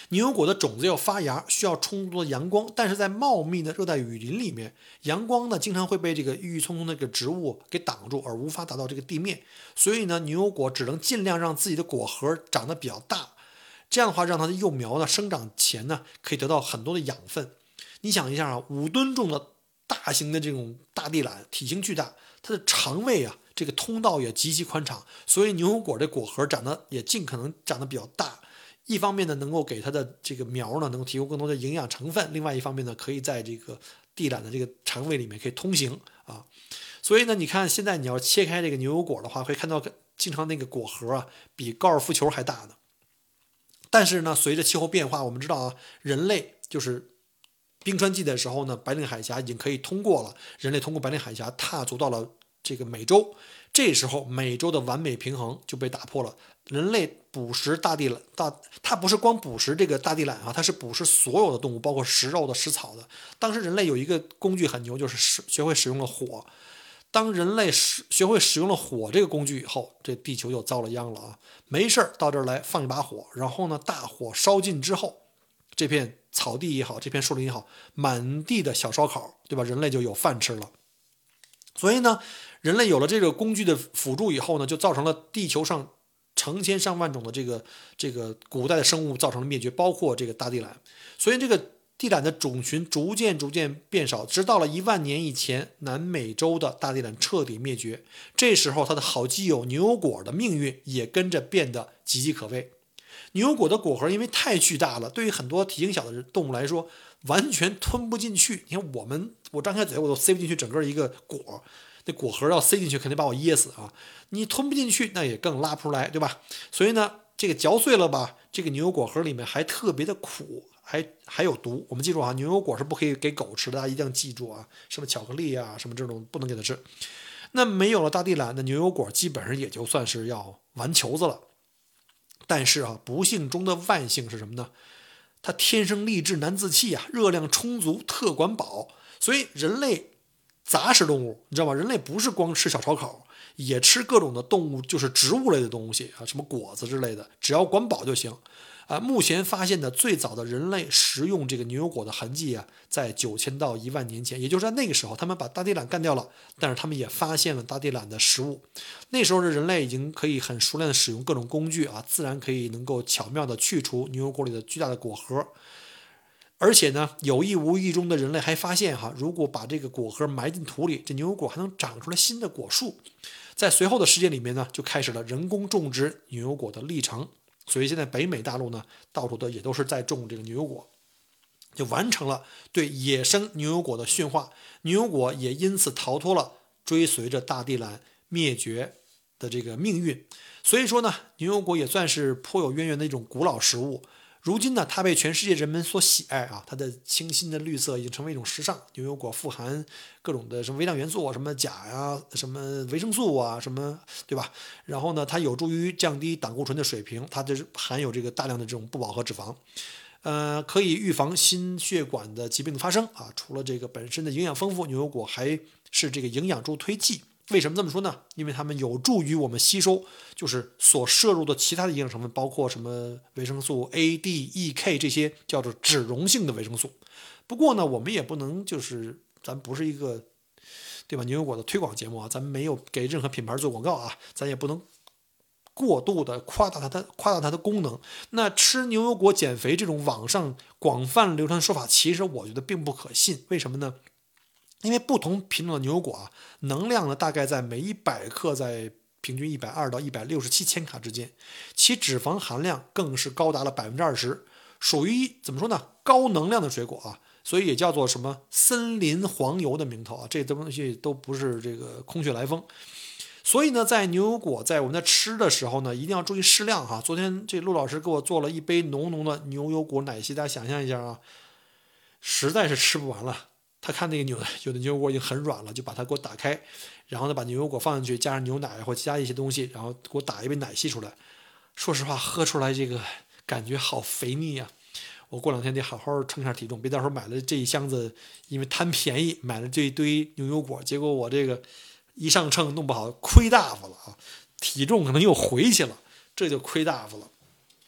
牛油果的种子要发芽，需要充足的阳光，但是在茂密的热带雨林里面，阳光呢经常会被这个郁郁葱葱的这个植物给挡住，而无法达到这个地面。所以呢，牛油果只能尽量让自己的果核长得比较大，这样的话让它的幼苗呢生长前呢可以得到很多的养分。你想一下啊，五吨重的大型的这种大地榄，体型巨大，它的肠胃啊这个通道也极其宽敞，所以牛油果的果核长得也尽可能长得比较大。一方面呢，能够给它的这个苗呢，能够提供更多的营养成分；另外一方面呢，可以在这个地榄的这个肠胃里面可以通行啊。所以呢，你看现在你要切开这个牛油果的话，会看到经常那个果核啊，比高尔夫球还大的。但是呢，随着气候变化，我们知道啊，人类就是冰川季的时候呢，白令海峡已经可以通过了，人类通过白令海峡踏足到了这个美洲。这时候美洲的完美平衡就被打破了。人类捕食大地榄，大它不是光捕食这个大地榄啊，它是捕食所有的动物，包括食肉的、食草的。当时人类有一个工具很牛，就是学会使用了火。当人类学会使用了火这个工具以后，这地球就遭了殃了啊！没事到这儿来放一把火，然后呢，大火烧尽之后，这片草地也好，这片树林也好，满地的小烧烤，对吧？人类就有饭吃了。所以呢，人类有了这个工具的辅助以后呢，就造成了地球上成千上万种的这个这个古代的生物造成了灭绝，包括这个大地榄。所以这个地榄的种群逐渐逐渐变少，直到了一万年以前，南美洲的大地榄彻底灭绝。这时候它的好基友牛油果的命运也跟着变得岌岌可危。牛油果的果核因为太巨大了，对于很多体型小的动物来说完全吞不进去。你看我们，我张开嘴我都塞不进去整个一个果，那果核要塞进去肯定把我噎死啊！你吞不进去，那也更拉不出来，对吧？所以呢，这个嚼碎了吧，这个牛油果核里面还特别的苦，还还有毒。我们记住啊，牛油果是不可以给狗吃的，大家一定要记住啊，什么巧克力啊，什么这种不能给它吃。那没有了大地榄的牛油果，基本上也就算是要完球子了。但是啊，不幸中的万幸是什么呢？它天生丽质难自弃啊，热量充足，特管饱。所以人类杂食动物，你知道吗？人类不是光吃小烧烤，也吃各种的动物，就是植物类的东西啊，什么果子之类的，只要管饱就行。啊，目前发现的最早的人类食用这个牛油果的痕迹啊，在九千到一万年前，也就是在那个时候，他们把大地榄干掉了，但是他们也发现了大地榄的食物。那时候的人类已经可以很熟练的使用各种工具啊，自然可以能够巧妙的去除牛油果里的巨大的果核。而且呢，有意无意中的人类还发现哈，如果把这个果核埋进土里，这牛油果还能长出来新的果树。在随后的时间里面呢，就开始了人工种植牛油果的历程。所以现在北美大陆呢，到处的也都是在种这个牛油果，就完成了对野生牛油果的驯化。牛油果也因此逃脱了追随着大地榄灭绝的这个命运。所以说呢，牛油果也算是颇有渊源的一种古老食物。如今呢，它被全世界人们所喜爱啊，它的清新的绿色已经成为一种时尚。牛油果富含各种的什么微量元素，什么钾呀、什么维生素啊，什么对吧？然后呢，它有助于降低胆固醇的水平，它就是含有这个大量的这种不饱和脂肪，呃，可以预防心血管的疾病的发生啊。除了这个本身的营养丰富，牛油果还是这个营养助推剂。为什么这么说呢？因为它们有助于我们吸收，就是所摄入的其他的营养成分，包括什么维生素 A、D、E、K 这些叫做脂溶性的维生素。不过呢，我们也不能就是，咱不是一个，对吧？牛油果的推广节目啊，咱们没有给任何品牌做广告啊，咱也不能过度的夸大它的夸大它的功能。那吃牛油果减肥这种网上广泛流传的说法，其实我觉得并不可信。为什么呢？因为不同品种的牛油果啊，能量呢大概在每一百克在平均一百二到一百六十七千卡之间，其脂肪含量更是高达了百分之二十，属于怎么说呢？高能量的水果啊，所以也叫做什么森林黄油的名头啊，这东西都不是这个空穴来风。所以呢，在牛油果在我们在吃的时候呢，一定要注意适量哈。昨天这陆老师给我做了一杯浓浓的牛油果奶昔，大家想象一下啊，实在是吃不完了。他看那个牛有的牛油果已经很软了，就把它给我打开，然后呢把牛油果放进去，加上牛奶或加一些东西，然后给我打一杯奶昔出来。说实话，喝出来这个感觉好肥腻呀、啊！我过两天得好好称一下体重，别到时候买了这一箱子，因为贪便宜买了这一堆牛油果，结果我这个一上秤弄不好亏大发了啊！体重可能又回去了，这就亏大发了。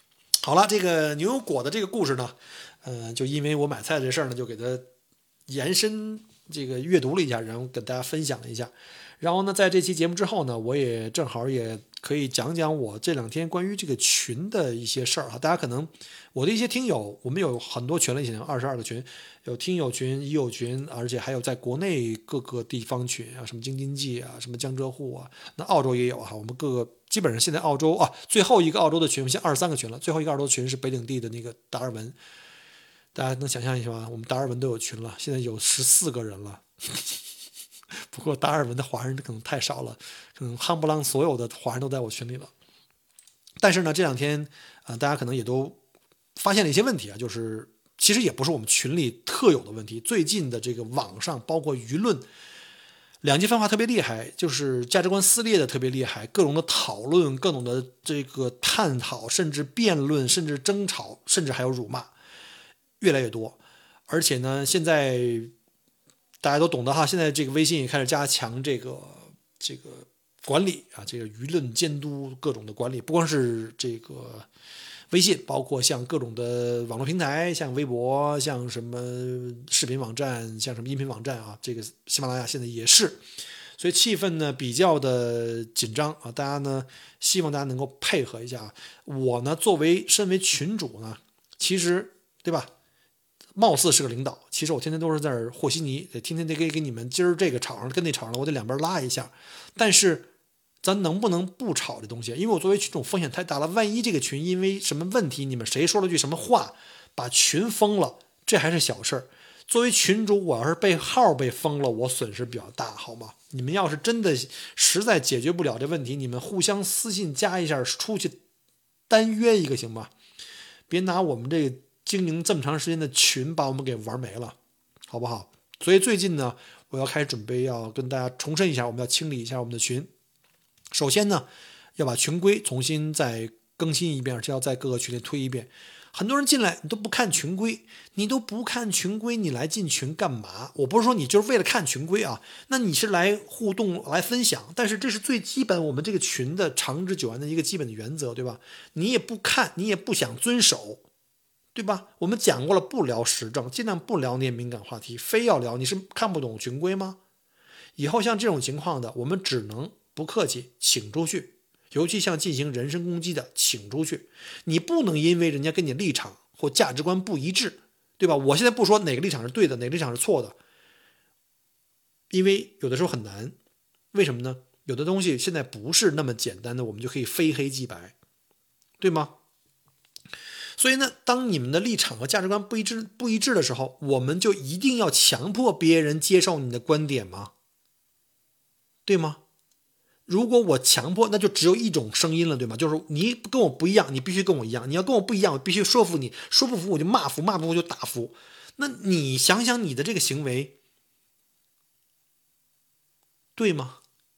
好了，这个牛油果的这个故事呢，呃，就因为我买菜这事儿呢，就给它延伸这个阅读了一下，然后跟大家分享了一下。然后呢，在这期节目之后呢，我也正好也可以讲讲我这两天关于这个群的一些事儿哈。大家可能我的一些听友，我们有很多群了，已经二十二个群，有听友群、益友群，而且还有在国内各个地方群啊，什么京津冀啊，什么江浙沪啊，那澳洲也有哈。我们各个基本上现在澳洲啊，最后一个澳洲的群，我们现在二十三个群了，最后一个澳洲群是北领地的那个达尔文。大家能想象一下吗？我们达尔文都有群了，现在有十四个人了。不过达尔文的华人可能太少了，可能夯不啷所有的华人都在我群里了。但是呢，这两天啊、呃，大家可能也都发现了一些问题啊，就是其实也不是我们群里特有的问题。最近的这个网上包括舆论两极分化特别厉害，就是价值观撕裂的特别厉害，各种的讨论、各种的这个探讨，甚至辩论，甚至争吵，甚至还有辱骂，越来越多。而且呢，现在大家都懂得哈，现在这个微信也开始加强这个这个管理啊，这个舆论监督各种的管理，不光是这个微信，包括像各种的网络平台，像微博，像什么视频网站，像什么音频网站啊，这个喜马拉雅现在也是，所以气氛呢比较的紧张啊，大家呢希望大家能够配合一下。我呢作为身为群主呢，其实对吧？貌似是个领导，其实我天天都是在这儿和稀泥，天天得给给你们今儿这个吵上跟那吵上了，我得两边拉一下。但是咱能不能不吵这东西？因为我作为群主风险太大了，万一这个群因为什么问题，你们谁说了句什么话，把群封了，这还是小事儿。作为群主，我要是被号被封了，我损失比较大，好吗？你们要是真的实在解决不了这问题，你们互相私信加一下，出去单约一个行吗？别拿我们这个经营这么长时间的群把我们给玩没了，好不好？所以最近呢，我要开始准备要跟大家重申一下，我们要清理一下我们的群。首先呢，要把群规重新再更新一遍，而且要在各个群里推一遍。很多人进来你都不看群规，你都不看群规，你来进群干嘛？我不是说你就是为了看群规啊，那你是来互动来分享，但是这是最基本我们这个群的长治久安的一个基本的原则，对吧？你也不看，你也不想遵守，对吧？我们讲过了，不聊时政，尽量不聊那些敏感话题，非要聊，你是看不懂群规吗？以后像这种情况的，我们只能不客气，请出去。尤其像进行人身攻击的，请出去。你不能因为人家跟你立场或价值观不一致，对吧？我现在不说哪个立场是对的，哪个立场是错的，因为有的时候很难。为什么呢？有的东西现在不是那么简单的，我们就可以非黑即白，对吗？所以呢，当你们的立场和价值观不一致不一致的时候，我们就一定要强迫别人接受你的观点吗？对吗？如果我强迫，那就只有一种声音了，对吗？就是你跟我不一样，你必须跟我一样。你要跟我不一样，我必须说服你，说不服我就骂服，骂不服就打服。那你想想你的这个行为，对吗？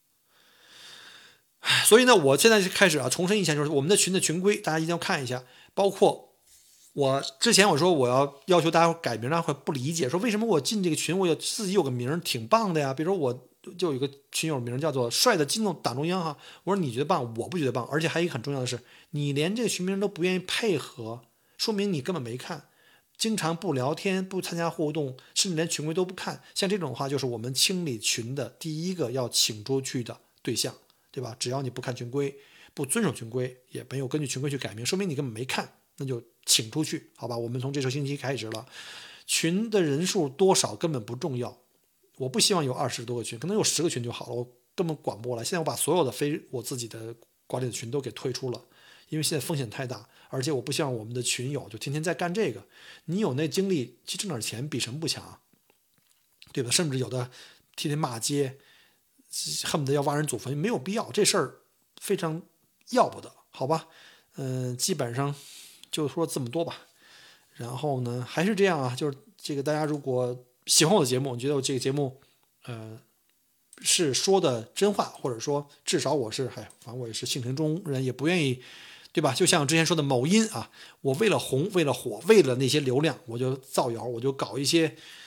所以呢，我现在就开始啊，重申一下，就是我们的群的群规，大家一定要看一下。包括我之前我说我要要求大家改名，大家会不理解，说为什么我进这个群，我有自己有个名挺棒的呀？比如说我就有一个群友名叫做帅的激动党中央哈，我说你觉得棒，我不觉得棒，而且还有一个很重要的是，你连这个群名都不愿意配合，说明你根本没看，经常不聊天，不参加互动，甚至连群规都不看。像这种话，就是我们清理群的第一个要请出去的对象，对吧？只要你不看群规，不遵守群规，也没有根据群规去改名，说明你根本没看，那就请出去，好吧？我们从这周星期开始了，群的人数多少根本不重要。我不希望有二十多个群，可能有十个群就好了，我根本管不过来。现在我把所有的非我自己的管理的群都给退出了，因为现在风险太大，而且我不希望我们的群友就天天在干这个。你有那精力去挣点钱，比什么不强，对吧？甚至有的天天骂街，恨不得要挖人祖坟，没有必要，这事儿非常要不得，好吧？嗯、呃，基本上就说这么多吧。然后呢，还是这样啊，就是这个大家如果喜欢我的节目，你觉得我这个节目，呃，是说的真话，或者说至少我是，嗨，反正我也是性情中人，也不愿意，对吧？就像之前说的某音啊，我为了红，为了火，为了那些流量，我就造谣，我就搞一些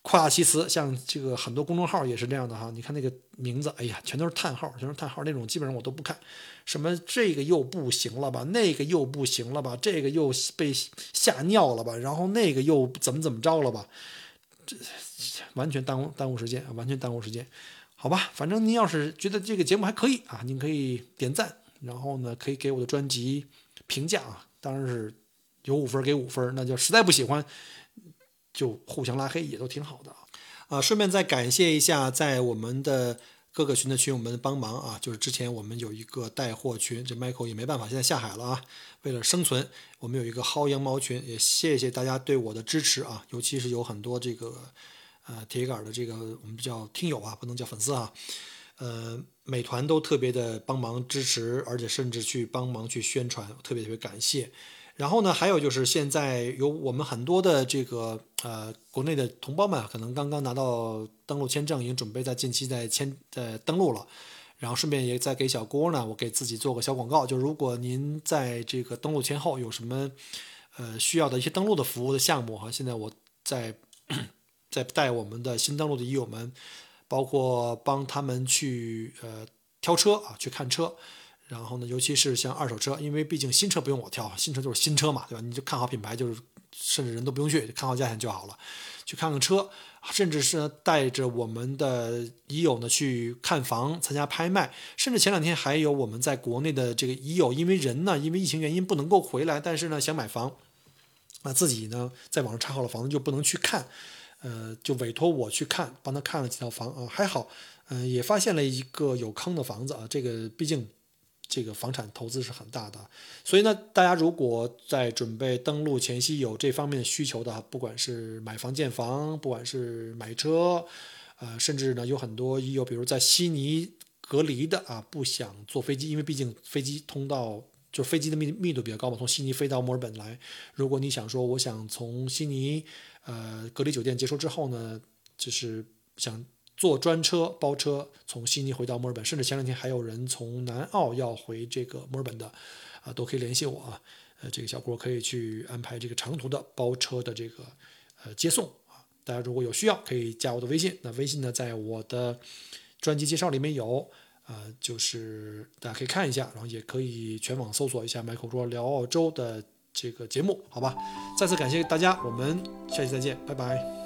夸大其词，像这个很多公众号也是这样的哈，你看那个名字，哎呀，全都是叹号，全都是叹号，那种基本上我都不看。什么这个又不行了吧，那个又不行了吧，这个又被吓尿了吧，然后那个又怎么怎么着了吧，这完全耽误耽误时间，完全耽误时间。好吧，反正您要是觉得这个节目还可以啊，您可以点赞，然后呢可以给我的专辑评价啊，当然是有五分给五分，那就实在不喜欢就互相拉黑也都挺好的啊。啊，顺便再感谢一下在我们的各个群的群友们帮忙啊，就是之前我们有一个带货群，这 Michael 也没办法，现在下海了啊，为了生存，我们有一个薅羊毛群，也谢谢大家对我的支持啊，尤其是有很多这个呃铁杆的这个我们叫听友啊，不能叫粉丝啊，呃，美团都特别的帮忙支持，而且甚至去帮忙去宣传，特别特别感谢。然后呢，还有就是现在有我们很多的这个呃国内的同胞们，可能刚刚拿到登陆签证，已经准备在近期在签呃登陆了。然后顺便也再给小郭呢，我给自己做个小广告，就如果您在这个登陆前后有什么呃需要的一些登陆的服务的项目哈，现在我在在带我们的新登陆的医友们，包括帮他们去呃挑车啊，去看车。然后呢，尤其是像二手车，因为毕竟新车不用我挑，新车就是新车嘛，对吧？你就看好品牌，就是甚至人都不用去，看好价钱就好了。去看看车，甚至是带着我们的医友呢去看房、参加拍卖，甚至前两天还有我们在国内的这个医友，因为人呢，因为疫情原因不能够回来，但是呢想买房，那自己呢在网上查好了房子就不能去看，呃，就委托我去看，帮他看了几套房啊，还好，嗯、呃，也发现了一个有坑的房子啊，这个毕竟。这个房产投资是很大的，所以呢，大家如果在准备登陆前夕有这方面的需求的，不管是买房建房，不管是买车，呃，甚至呢有很多也有，比如在悉尼隔离的啊，不想坐飞机，因为毕竟飞机通道就飞机的密密度比较高嘛，从悉尼飞到墨尔本来，如果你想说我想从悉尼呃隔离酒店结束之后呢，就是想。坐专车包车从悉尼回到墨尔本，甚至前两天还有人从南澳要回这个墨尔本的，啊，都可以联系我啊，呃，这个小郭可以去安排这个长途的包车的这个呃接送啊。大家如果有需要，可以加我的微信，那微信呢在我的专辑介绍里面有，呃，就是大家可以看一下，然后也可以全网搜索一下Michael郭聊澳洲的这个节目，好吧？再次感谢大家，我们下期再见，拜拜。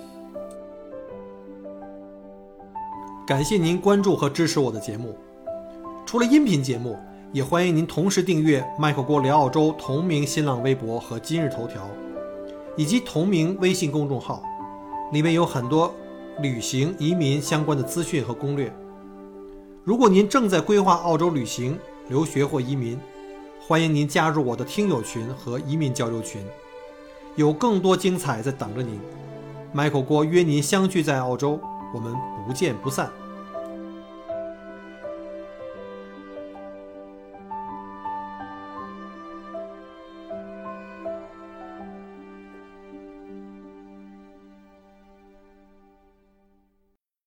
感谢您关注和支持我的节目。除了音频节目，也欢迎您同时订阅麦克郭聊澳洲同名新浪微博和今日头条，以及同名微信公众号，里面有很多旅行、移民相关的资讯和攻略。如果您正在规划澳洲旅行、留学或移民，欢迎您加入我的听友群和移民交流群，有更多精彩在等着您。麦克郭约您相聚在澳洲，我们不见不散。